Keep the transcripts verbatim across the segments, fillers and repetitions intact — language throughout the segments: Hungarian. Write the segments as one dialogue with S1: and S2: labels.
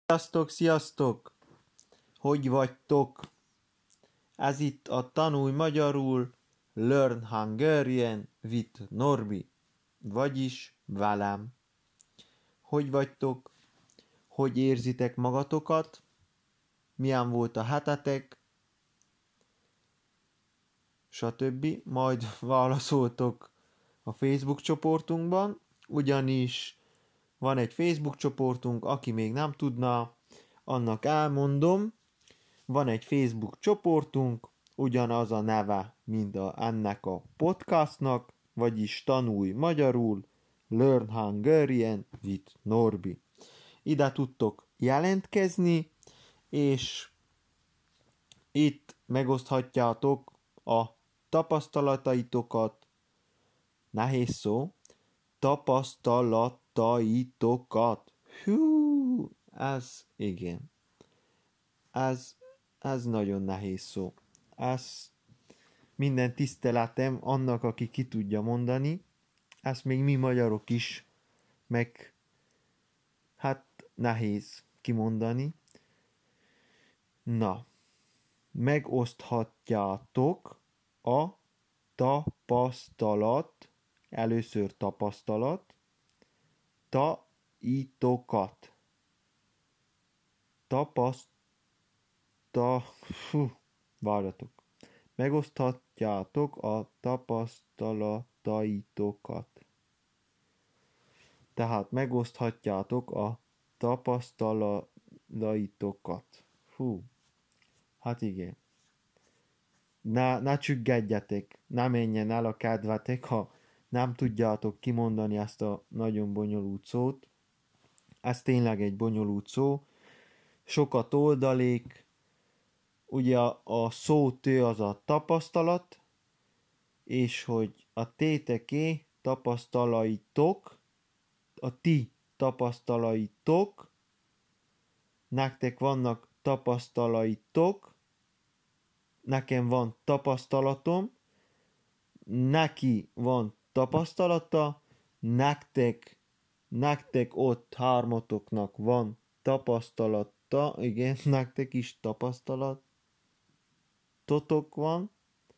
S1: Sziasztok, sziasztok! Hogy vagytok? Ez itt a Tanulj Magyarul Learn Hungarian with Norbi, vagyis velem. Hogy vagytok? Hogy érzitek magatokat? Milyen volt a hetetek? Stb. Majd válaszoltok a Facebook csoportunkban, ugyanis van egy Facebook csoportunk, aki még nem tudna, annak elmondom. Van egy Facebook csoportunk, ugyanaz a neve, mint a, ennek a podcastnak, vagyis Tanulj Magyarul, Learn Hungarian with Norbi. Ide tudtok jelentkezni, és itt megoszthatjátok a tapasztalataitokat, nehéz szó, tapasztalataitokat. Hú, ez igen. Ez, ez nagyon nehéz szó. Ez minden tiszteletem annak, aki ki tudja mondani. Ezt még mi magyarok is, meg hát nehéz kimondani. Na, megoszthatjátok a tapasztalat, először tapasztalat, taitokat. Tapaszt Ta, fú, várjatok. Megoszthatjátok a tapasztalataitokat. Tehát megoszthatjátok a tapasztalataitokat. Fú, hát igen. Ne, ne csüggedjetek, ne menjen el a kedvetek, ha nem tudjátok kimondani ezt a nagyon bonyolult szót. Ez tényleg egy bonyolult szó. Sokat oldalék. Ugye a, a szótő az a tapasztalat, és hogy a téteké tapasztalaitok, a ti tapasztalaitok, nektek vannak tapasztalaitok, nekem van tapasztalatom, neki van tapasztalata, nektek, nektek ott hármatoknak van tapasztalata, igen, nektek is tapasztalat, totok van,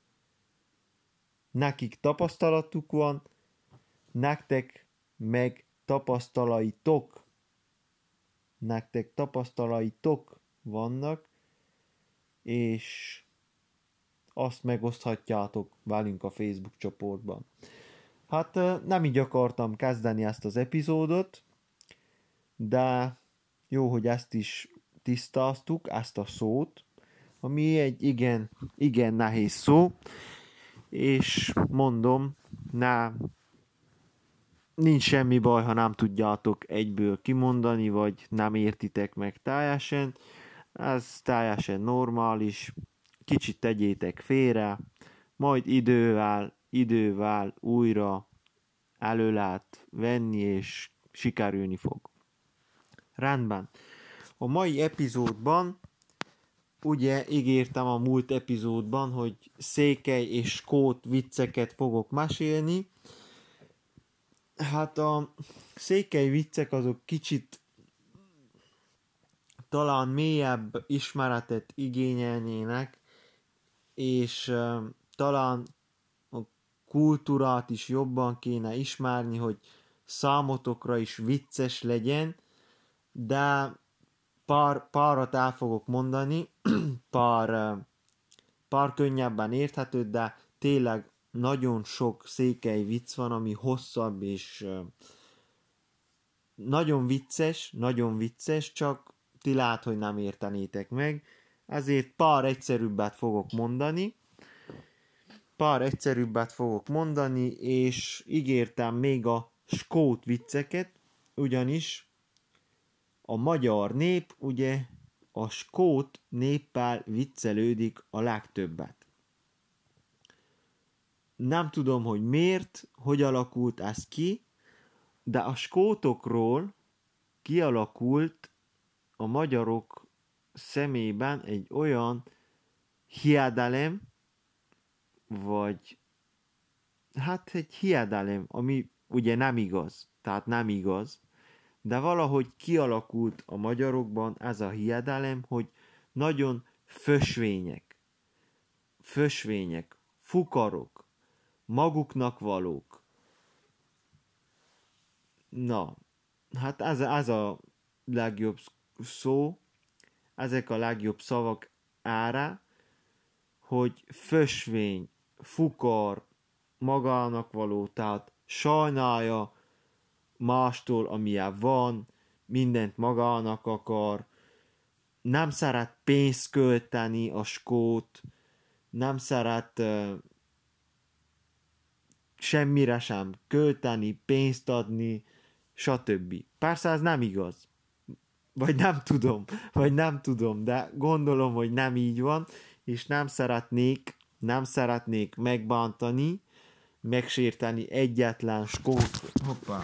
S1: nekik tapasztalatuk van, nektek meg tapasztalaitok, nektek tapasztalaitok vannak, és azt megoszthatjátok velünk a Facebook csoportban. Hát nem így akartam kezdeni ezt az epizódot, de jó, hogy ezt is tisztáztuk, ezt a szót, ami egy igen, igen nehéz szó, és mondom, ne, nincs semmi baj, ha nem tudjátok egyből kimondani, vagy nem értitek meg teljesen, ez teljesen normális, kicsit tegyétek félre, majd idővel, idővel újra elő lehet venni, és sikerülni fog. Rendben. A mai epizódban ugye ígértem a múlt epizódban, hogy székely és skót vicceket fogok mesélni. Hát a székely viccek azok kicsit talán mélyebb ismeretet igényelnének, és uh, talán a kultúrát is jobban kéne ismerni, hogy számotokra is vicces legyen, de pár, párat el fogok mondani, pár, pár könnyebben érthető, de tényleg nagyon sok székely vicc van, ami hosszabb, és nagyon vicces, nagyon vicces, csak ti lát, hogy nem értenétek meg, ezért pár egyszerűbbet fogok mondani, pár egyszerűbbet fogok mondani, és ígértem még a skót vicceket, ugyanis a magyar nép ugye a skót néppel viccelődik a legtöbbet. Nem tudom, hogy miért, hogy alakult ez ki, de a skótokról kialakult a magyarok szemében egy olyan hiedelem, vagy hát egy hiedelem, ami ugye nem igaz, tehát nem igaz, de valahogy kialakult a magyarokban ez a hiedelem, hogy nagyon fösvények, fösvények, fukarok, maguknak valók. Na, hát ez, ez a legjobb szó, ezek a legjobb szavak ára, hogy fösvény, fukar, magának való, tehát sajnálja mástól, amilyen van, mindent magának akar, nem szeret pénzt költeni a skót, nem szeret uh, semmire sem költeni, pénzt adni, stb. Persze ez nem igaz. Vagy nem tudom, vagy nem tudom, de gondolom, hogy nem így van, és nem szeretnék, nem szeretnék megbántani, megsérteni egyetlen skót. Hoppá.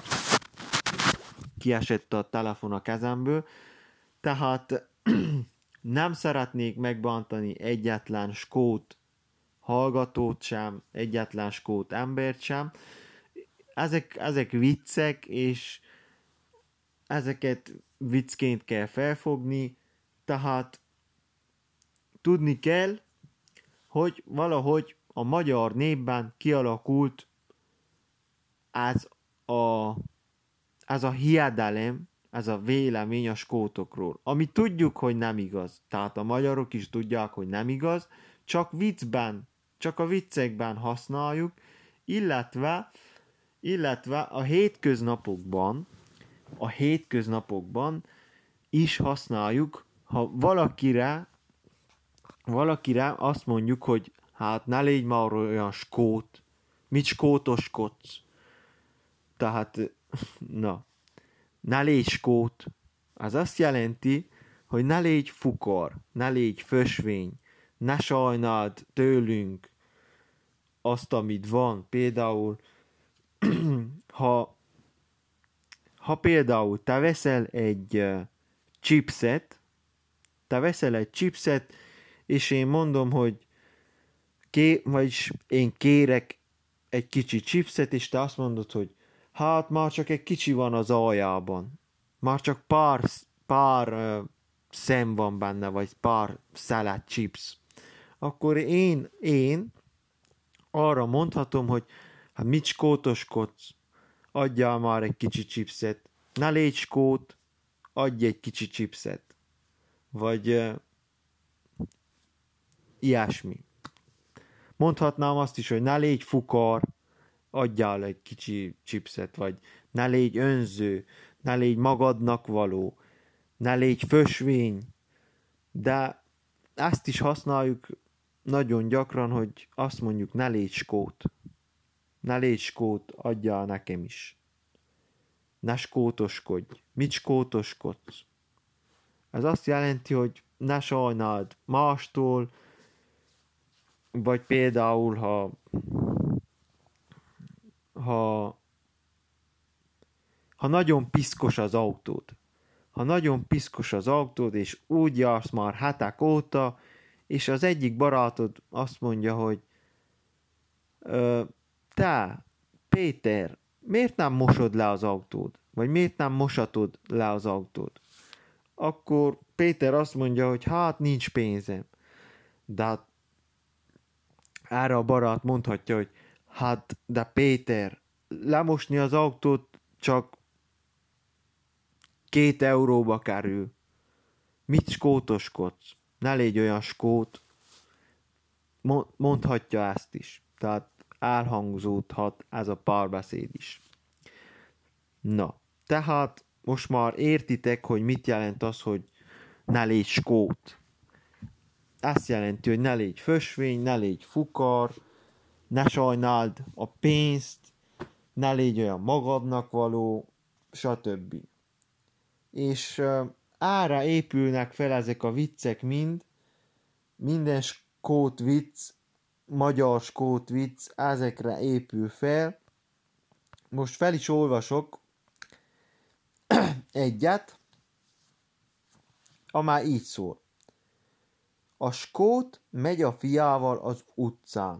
S1: Kiesett a telefon a kezemből. Tehát nem szeretnék megbántani egyetlen skót hallgatót sem, egyetlen skót embert sem. Ezek, ezek viccek, és ezeket viccként kell felfogni, tehát tudni kell, hogy valahogy a magyar népben kialakult ez a, ez a hiedelem, ez a vélemény a skótokról, ami tudjuk, hogy nem igaz. Tehát a magyarok is tudják, hogy nem igaz, csak viccben, csak a viccekben használjuk, illetve, illetve a hétköznapokban, a hétköznapokban is használjuk, ha valakire, valakire azt mondjuk, hogy hát ne légy már olyan skót, mit skótoskodsz. Tehát, na, ne légy skót. Az azt jelenti, hogy ne légy fukar, ne légy fösvény, ne sajnáld tőlünk azt, amit van. Például, ha, ha például te veszel egy uh, chipset, te veszel egy chipset, és én mondom, hogy ké, vagyis én kérek egy kicsi chipset, és te azt mondod, hogy hát már csak egy kicsi van az aljában. Már csak pár, pár uh, szem van benne, vagy pár szelet chips. Akkor én, én arra mondhatom, hogy hát mit skótoskodsz, adjál már egy kicsi chipset. Ne légy skót, adj egy kicsi chipset. Vagy uh, ilyesmi. Mondhatnám azt is, hogy ne légy fukar, adjál egy kicsi chipset, vagy ne légy önző, ne légy magadnak való, ne légy fösvény, de ezt is használjuk nagyon gyakran, hogy azt mondjuk, ne légy skót, ne légy skót, adjál nekem is. Ne skótoskodj. Mit skótoskodsz? Ez azt jelenti, hogy ne sajnáld mástól, vagy például, ha ha ha nagyon piszkos az autód, ha nagyon piszkos az autód, és úgy jársz már hetek óta, és az egyik barátod azt mondja, hogy te, Péter, miért nem mosod le az autód? Vagy miért nem mosatod le az autód? Akkor Péter azt mondja, hogy hát nincs pénzem. De hát erre a barát mondhatja, hogy hát, de Péter, lemosni az autót csak két euróba kerül. Mit skótoskodsz? Ne légy olyan skót. Mondhatja ezt is. Tehát elhangzódhat ez a párbeszéd is. Na, tehát most már értitek, hogy mit jelent az, hogy ne légy skót. Ezt jelenti, hogy ne légy fösvény, ne légy fukar, ne sajnáld a pénzt, ne légy olyan magadnak való, stb. És uh, ára épülnek fel ezek a viccek mind, minden skót vicc, magyar skót vicc ezekre épül fel. Most fel is olvasok egyet, amely így szól. A skót megy a fiával az utcán.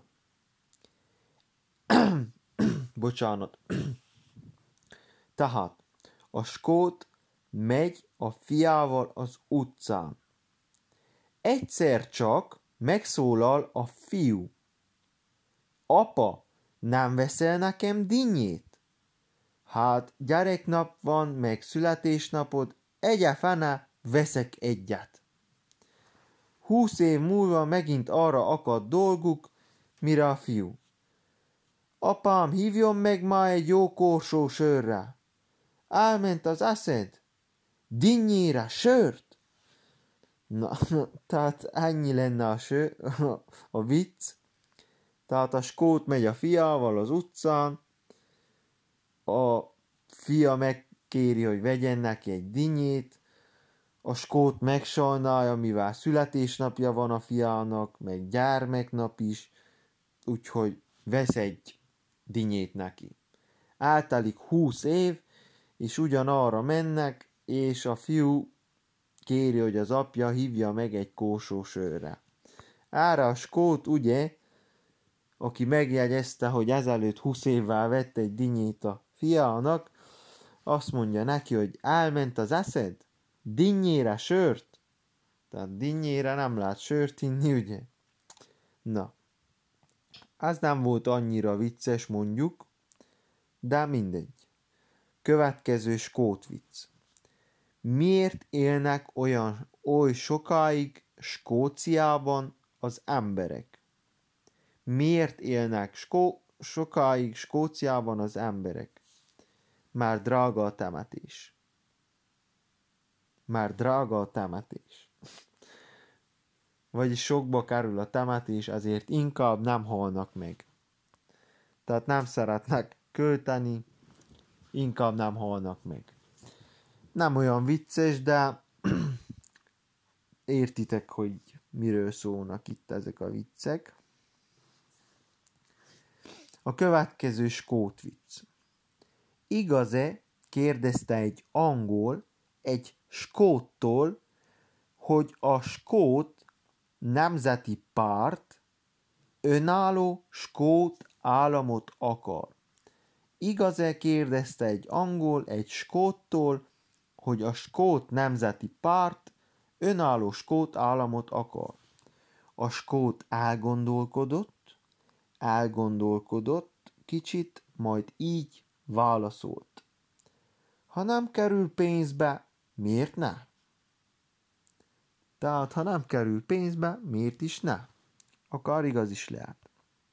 S1: Bocsánat. Tehát, a skót megy a fiával az utcán. Egyszer csak megszólal a fiú. Apa, nem veszel nekem dinnyét? Hát gyereknap van, meg születésnapod, egyáltalán veszek egyet. Húsz év múlva megint arra akad dolguk, mire a fiú. Apám, hívjon meg ma egy jó korsó sörre. Elment az eszed? Dinnyére sört? Na, tehát ennyi lenne a, sör, a vicc. Tehát a skót megy a fiával az utcán, a fia megkéri, hogy vegyen neki egy dinnyét, a skót megsajnálja, mivel születésnapja van a fiának, meg gyermeknap is, úgyhogy vesz egy dinnyét neki. Eltelik húsz év, és ugyanarra mennek, és a fiú kéri, hogy az apja hívja meg egy kósó sörre. Erre a skót, ugye, aki megjegyezte, hogy ezelőtt húsz évvel vett egy dinnyét a fiának, azt mondja neki, hogy elment az eszed? Dinnyére sört? Tehát dinnyére nem lehet sört inni, ugye? Na, ez nem volt annyira vicces, mondjuk, de mindegy. Következő skót vicc. Miért élnek olyan oly sokáig Skóciában az emberek? Miért élnek skó- sokáig Skóciában az emberek? Már drága a temetés. Már drága a temetés. Vagyis sokba kerül a temetés, ezért inkább nem halnak meg. Tehát nem szeretnek költeni, inkább nem halnak meg. Nem olyan vicces, de értitek, hogy miről szólnak itt ezek a viccek. A következő skót vicc. Igaz-e, kérdezte egy angol egy skóttól, hogy a skót nemzeti párt önálló skót államot akar. Igaz-e, kérdezte egy angol egy skóttól, hogy a skót nemzeti párt önálló skót államot akar. A skót elgondolkodott, elgondolkodott kicsit, majd így válaszolt. Ha nem kerül pénzbe, miért ne? Tehát, ha nem kerül pénzbe, miért is ne? Akár igaz is lehet.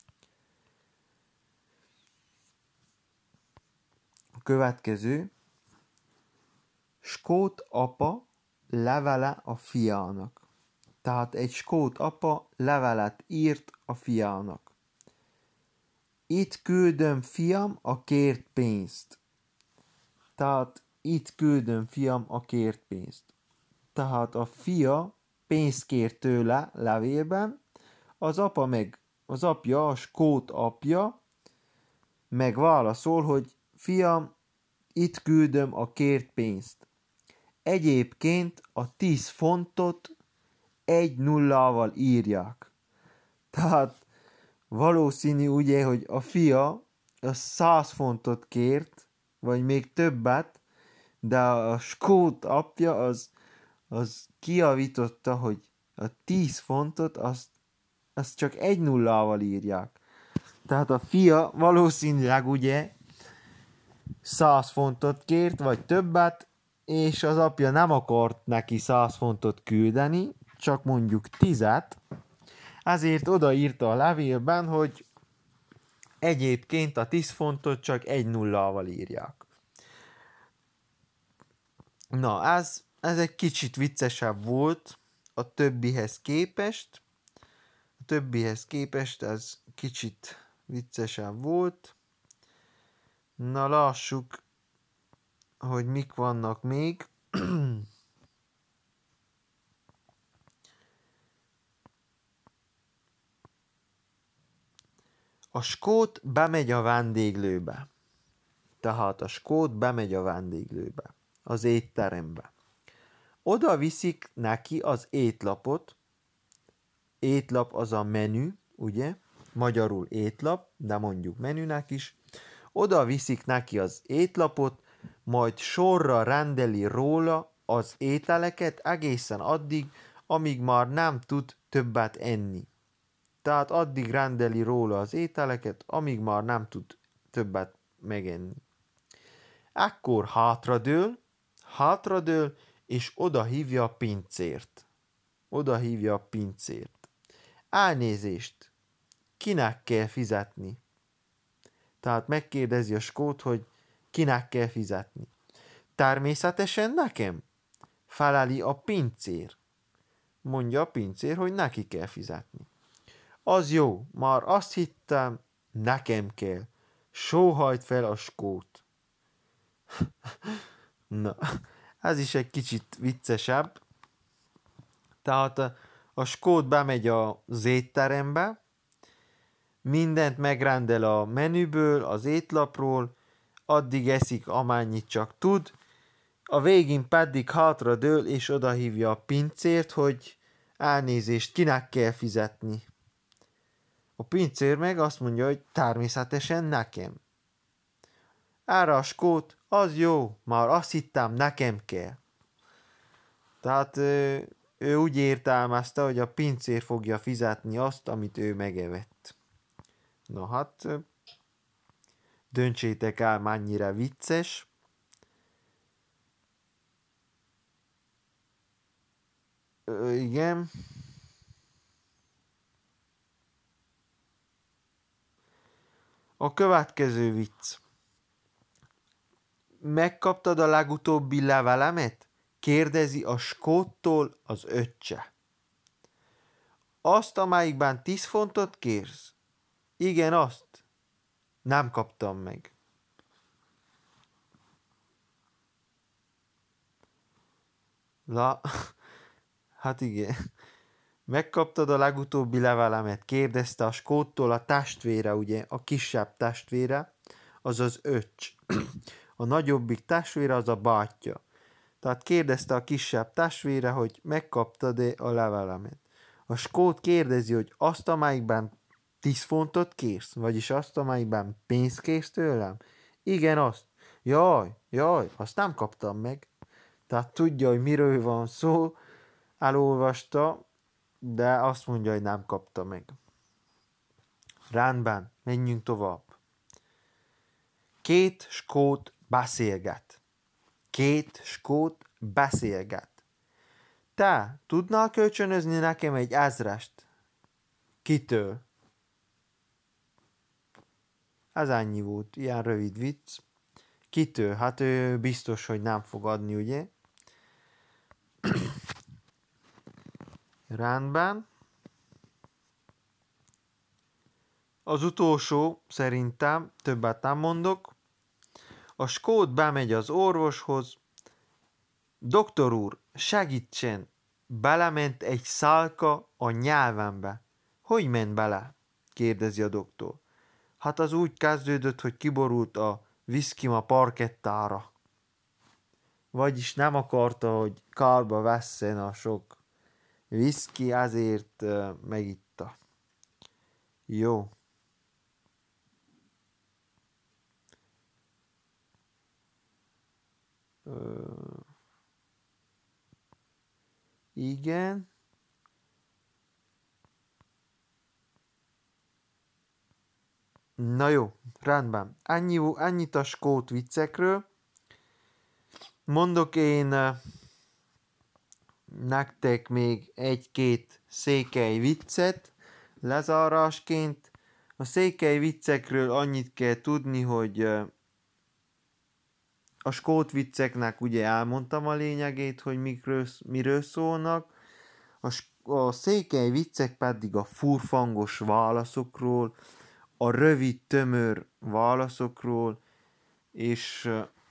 S1: A következő. Skót apa levele a fiának. Tehát egy skót apa levelet írt a fiának. Itt küldöm, fiam, a kért pénzt. Tehát itt küldöm, fiam, a kért pénzt. Tehát a fia pénzt kér tőle levélben, az apa meg, az apja, a skót apja meg válaszol, hogy fiam, itt küldöm a kért pénzt. Egyébként a tíz fontot egy nullával írják. Tehát valószínű ugye, hogy a fia a száz fontot kért, vagy még többet, de a skót apja az, az kijavította, hogy a tíz fontot azt, azt csak egy nullával írják. Tehát a fia valószínűleg ugye száz fontot kért, vagy többet, és az apja nem akart neki száz fontot küldeni, csak mondjuk tízet, ezért odaírta a levélben, hogy egyébként a tíz fontot csak egy nullával írják. Na, ez, ez egy kicsit viccesebb volt a többihez képest. A többihez képest ez kicsit viccesebb volt. Na, lássuk, hogy mik vannak még. A skót bemegy a vendéglőbe. Tehát a skót bemegy a vendéglőbe, az étterembe. Oda viszik neki az étlapot. Étlap az a menü, ugye? Magyarul étlap, de mondjuk menünek is. Oda viszik neki az étlapot, majd sorra rendeli róla az ételeket egészen addig, amíg már nem tud többet enni. Tehát addig rendeli róla az ételeket, amíg már nem tud többet megenni. Ekkor hátradől, hátradől, és oda hívja a pincért. Oda hívja a pincért. Elnézést, kinek kell fizetni? Tehát megkérdezi a skót, hogy kinek kell fizetni. Természetesen nekem, feleli a pincér. Mondja a pincér, hogy neki kell fizetni. Az jó, már azt hittem, nekem kell. Sóhajt fel a skót. Na, ez is egy kicsit viccesebb. Tehát a, a skót bemegy az étterembe, mindent megrendel a menüből, az étlapról, addig eszik, amennyit csak tud, a végén pedig hátradől, és odahívja a pincért, hogy elnézést, kinek kell fizetni. A pincér meg azt mondja, hogy természetesen nekem. Erre a skót, az jó, már azt hittem, nekem kell. Tehát ő, ő úgy értelmezte, hogy a pincér fogja fizetni azt, amit ő megevett. Na hát, döntsétek el, mennyire vicces. Ö, igen. A következő vicc. Megkaptad a legutóbbi levelemet? Kérdezi a skóttól az öccse. Azt, amelyikben tíz fontot kérsz? Igen, azt. Nem kaptam meg. La, hát igen. Megkaptad a legutóbbi levelemet? Kérdezte a skóttól a testvére, ugye, a kisebb testvére, az az öcs. A nagyobbik testvére az a bátyja. Tehát kérdezte a kisebb testvére, hogy megkaptad-e a levelemet. A skót kérdezi, hogy azt, amelyikben tíz fontot kérsz, vagyis azt, amelyikben pénzt kérsz tőlem? Igen, azt. Jaj, jaj, azt nem kaptam meg. Tehát tudja, hogy miről van szó, elolvasta, de azt mondja, hogy nem kapta meg. Rendben, menjünk tovább. Két skót beszélget. Két skót beszélget. Te tudnál kölcsönözni nekem egy ezrest? Kitől? Ez ennyi volt, ilyen rövid vicc. Kitől? Hát ő biztos, hogy nem fog adni, ugye? Rendben. Az utolsó, szerintem, többet nem mondok. A skót bemegy az orvoshoz. Doktor úr, segítsen! Belement egy szálka a nyelvembe. Hogy ment bele? Kérdezi a doktor. Hát az úgy kezdődött, hogy kiborult a viszkim a parkettára. Vagyis nem akarta, hogy kárba vesszen a sok viszki, ezért uh, megitta. Jó. Uh, igen. Na jó, rendben. Ennyi, ennyit a skót viccekről. Mondok én uh, nektek még egy-két székely viccet lezárásként. A székely viccekről annyit kell tudni, hogy uh, a skót vicceknek ugye elmondtam a lényegét, hogy mikről, miről szólnak. A, a székely viccek pedig a furfangos válaszokról, a rövid, tömör válaszokról, és,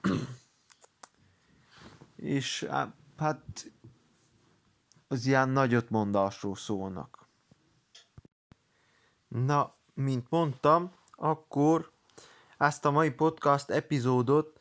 S1: és hát az ilyen nagyotmondásról szólnak. Na, mint mondtam, akkor ezt a mai podcast epizódot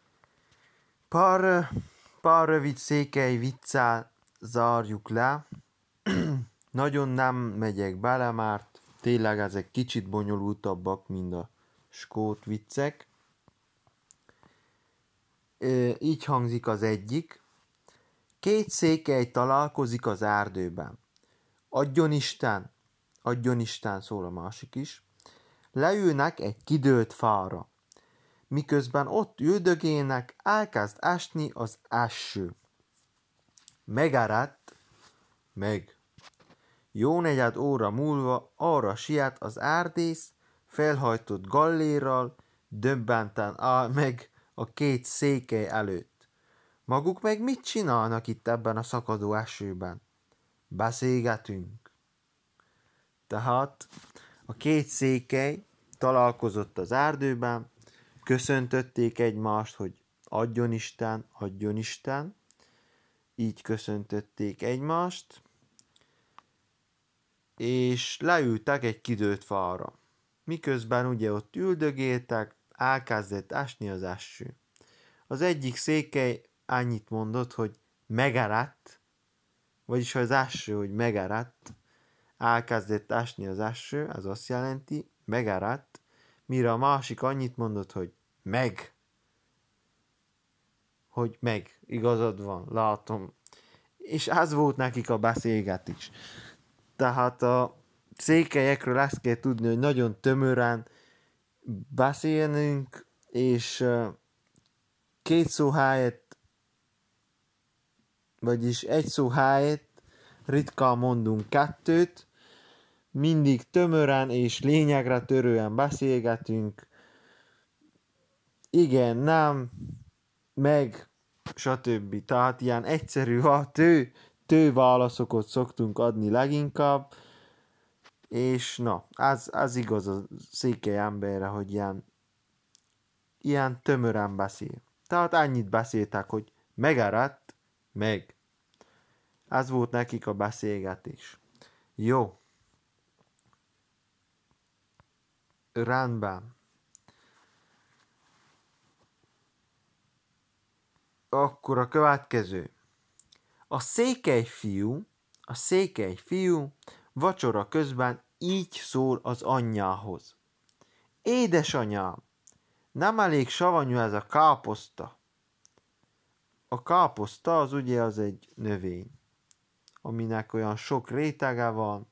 S1: pár, pár rövid székely viccel zárjuk le. Nagyon nem megyek bele, mert tényleg ezek kicsit bonyolultabbak, mint a skót viccek. így hangzik az egyik. Két székely találkozik az erdőben. Adjon Isten, adjon Isten, szól a másik is. Leülnek egy kidőlt fára. Miközben ott üldögélnek, elkezd esni az eső. Megáradt, meg. Jó negyed óra múlva arra siet az erdész, felhajtott gallérral, döbbenten áll meg a két székely előtt. Maguk meg mit csinálnak itt ebben a szakadó esőben? Beszélgetünk. Tehát a két székely találkozott az erdőben, köszöntötték egymást, hogy adjon Isten, adjon Isten. Így köszöntötték egymást, és leültek egy kidőlt fára. Miközben ugye ott üldögéltek, elkezdett esni az eső. Az egyik székely annyit mondott, hogy megáradt, vagyis az eső, hogy megáradt, elkezdett esni az eső, ez azt jelenti, megáradt, mire a másik annyit mondott, hogy meg. Hogy meg, igazad van, látom. És ez volt nekik a beszélgetés. Tehát a székelyekről ezt kell tudni, hogy nagyon tömören beszélnünk, és két szó helyett, vagyis egy szó helyett ritkán mondunk kettőt, mindig tömören és lényegre törően beszélgetünk. Igen, nem, meg, stb. Tehát ilyen egyszerű a tő, tő válaszokat szoktunk adni leginkább, és na, ez, ez igaz a székely emberre, hogy ilyen, ilyen tömören beszél. Tehát annyit beszéltek, hogy megáradt, meg. Ez volt nekik a beszélgetés. Jó. Rendben. Akkor a következő. A székely fiú, a székely fiú vacsora közben így szól az anyjához. Édesanyám, nem elég savanyú ez a káposzta. A káposzta az ugye az egy növény, aminek olyan sok rétege van,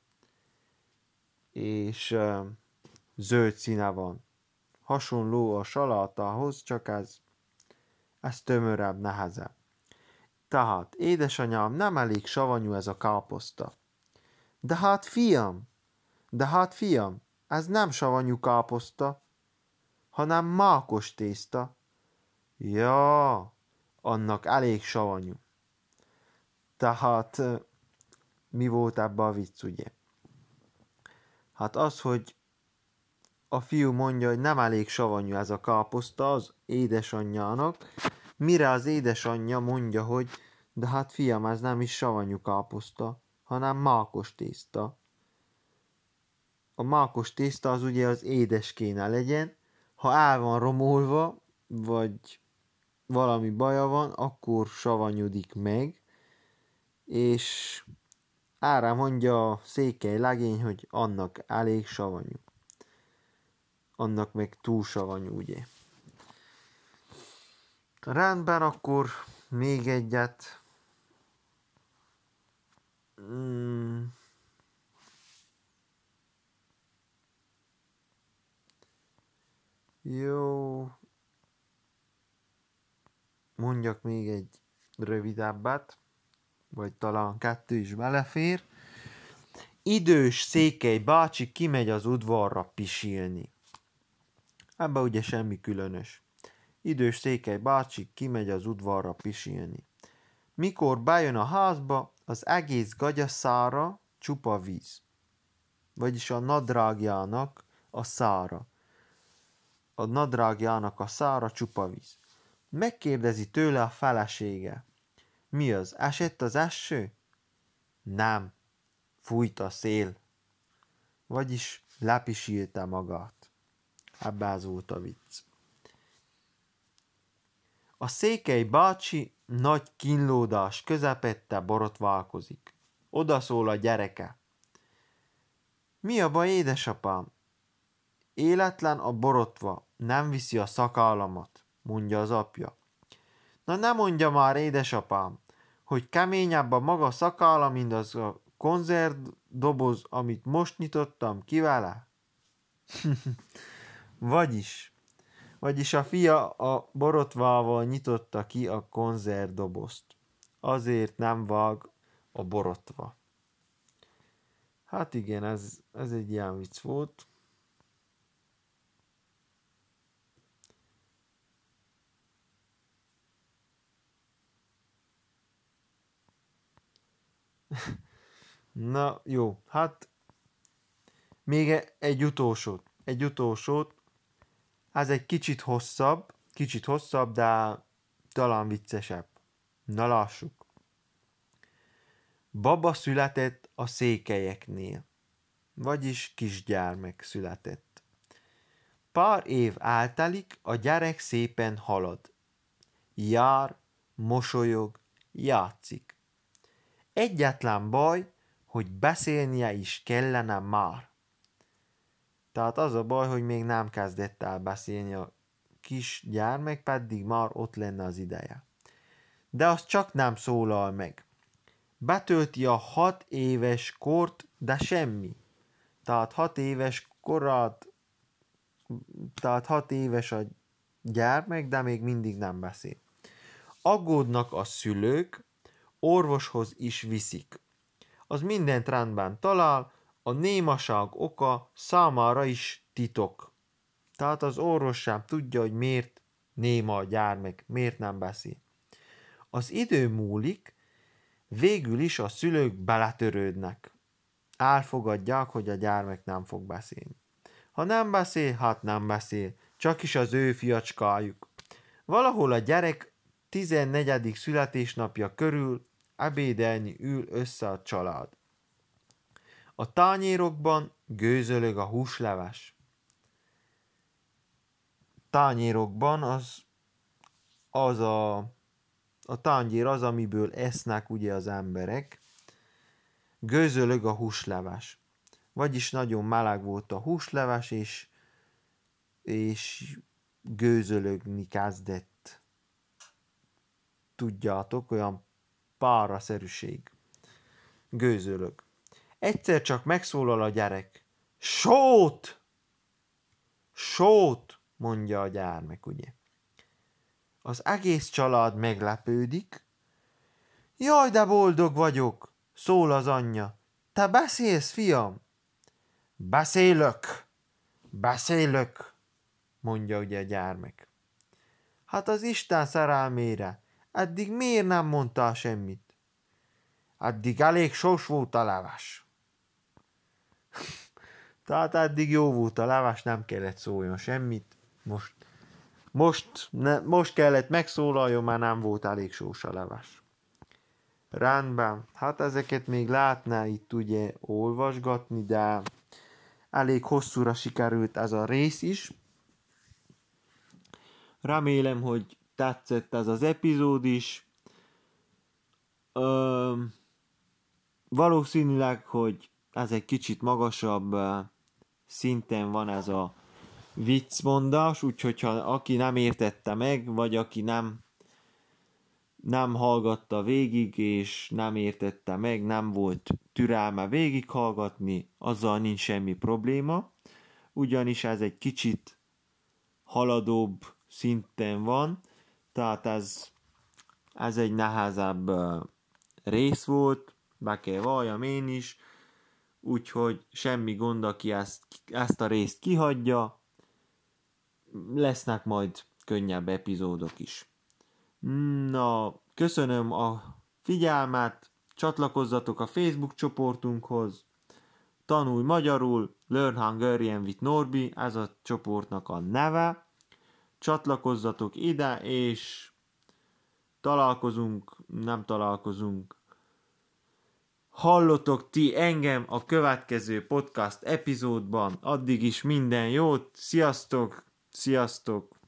S1: és uh, zöld színe van. Hasonló a salátához, csak ez, ez tömörebb, nehezebb. Tehát, édesanyám, nem elég savanyú ez a káposzta. De hát fiam, de hát fiam, ez nem savanyú káposzta, hanem mákos tészta. Ja, annak elég savanyú. Tehát, mi volt ebben a vicc, ugye? Hát az, hogy a fiú mondja, hogy nem elég savanyú ez a káposzta az édesanyjának, mire az édesanyja mondja, hogy de hát fiam, ez nem is savanyú káposzta, hanem mákos tészta. A mákos tészta az ugye az édes kéne legyen, ha el van romolva, vagy valami baja van, akkor savanyudik meg, és ára mondja a székely legény, hogy annak elég savanyú. Annak meg túl savanyú, ugye. Rendben, akkor még egyet. Mm. Jó. Mondjak még egy rövidebbet, vagy talán kettő is belefér. Idős székely bácsi kimegy az udvarra pisilni. Ebben ugye semmi különös. Idős székely bácsi kimegy az udvarra pisilni. Mikor bejön a házba, az egész gagyaszára csupa víz. Vagyis a nadrágjának a szára. A nadrágjának a szára csupa víz. Megkérdezi tőle a felesége. Mi az, esett az eső? Nem, fújt a szél. Vagyis lepisilte magát. Ebben az volt a vicc. A székely bácsi nagy kínlódás közepette borotválkozik. Oda szól a gyereke. Mi a baj, édesapám? Életlen a borotva, nem viszi a szakállamat, mondja az apja. Na ne mondja már, édesapám, hogy keményebb a maga szakálla, mint az a konzervdoboz, amit most nyitottam ki vele? Vagyis, vagyis a fia a borotvával nyitotta ki a konzervdobozt. Azért nem vág a borotva. Hát igen, ez, ez egy ilyen vicc volt. Na jó, hát még egy utolsót. Egy utolsót. Ez egy kicsit hosszabb, kicsit hosszabb, de talán viccesebb. Na lássuk. Baba született a székelyeknél, vagyis kisgyermek született. Pár év eltelik, a gyerek szépen halad. Jár, mosolyog, játszik. Egyetlen baj, hogy beszélnie is kellene már. Tehát az a baj, hogy még nem kezdett el beszélni a kis gyermek, pedig már ott lenne az ideje. De az csak nem szólal meg. Betölti a hat éves kort, de semmi. Tehát hat éves korát, tehát hat éves a gyermek, de még mindig nem beszél. Aggódnak a szülők, orvoshoz is viszik. Az mindent rendben talál, a némaság oka számára is titok. Tehát az orvos sem tudja, hogy miért néma a gyermek, miért nem beszél. Az idő múlik, végül is a szülők beletörődnek. Elfogadják, hogy a gyermek nem fog beszélni. Ha nem beszél, hát nem beszél, csak is az ő fiacskájuk. Valahol a gyerek tizennegyedik születésnapja körül ebédelni ül össze a család. A tányérokban gőzölög a húsleves. Tányérokban az, az a, a tányér az, amiből esznek ugye az emberek. Gőzölög a húsleves. Vagyis nagyon meleg volt a húsleves, és, és gőzölögni kezdett. Tudjátok, olyan páraszerűség. Gőzölög. Egyszer csak megszólal a gyerek. Sót! Sót! Mondja a gyermek, ugye. Az egész család meglepődik. Jaj, de boldog vagyok! Szól az anyja. Te beszélsz, fiam? Beszélök! Beszélök! Mondja ugye a gyermek. Hát az Isten szerelmére, eddig miért nem mondtál semmit? Eddig elég sós volt a leves. Tehát eddig jó volt a leves, nem kellett szóljon semmit. Most, most, ne, most kellett megszólaljon, már nem volt elég sós a leves. Rendben, hát ezeket még látná itt ugye olvasgatni, de elég hosszúra sikerült ez a rész is. Remélem, hogy tetszett ez az epizód is. Ö, valószínűleg, hogy ez egy kicsit magasabb szinten van ez a viccmondás, úgyhogy ha aki nem értette meg, vagy aki nem nem hallgatta végig, és nem értette meg, nem volt türelme végighallgatni, azzal nincs semmi probléma, ugyanis ez egy kicsit haladóbb szinten van, tehát ez, ez egy nehezebb rész volt, be kell valljam én is, úgyhogy semmi gond, aki ezt, ezt a részt kihagyja, lesznek majd könnyebb epizódok is. Na, köszönöm a figyelmet, csatlakozzatok a Facebook csoportunkhoz, tanulj magyarul, Learn Hungarian with Norbi, ez a csoportnak a neve, csatlakozzatok ide, és találkozunk, nem találkozunk, hallotok ti engem a következő podcast epizódban, addig is minden jót, sziasztok, sziasztok!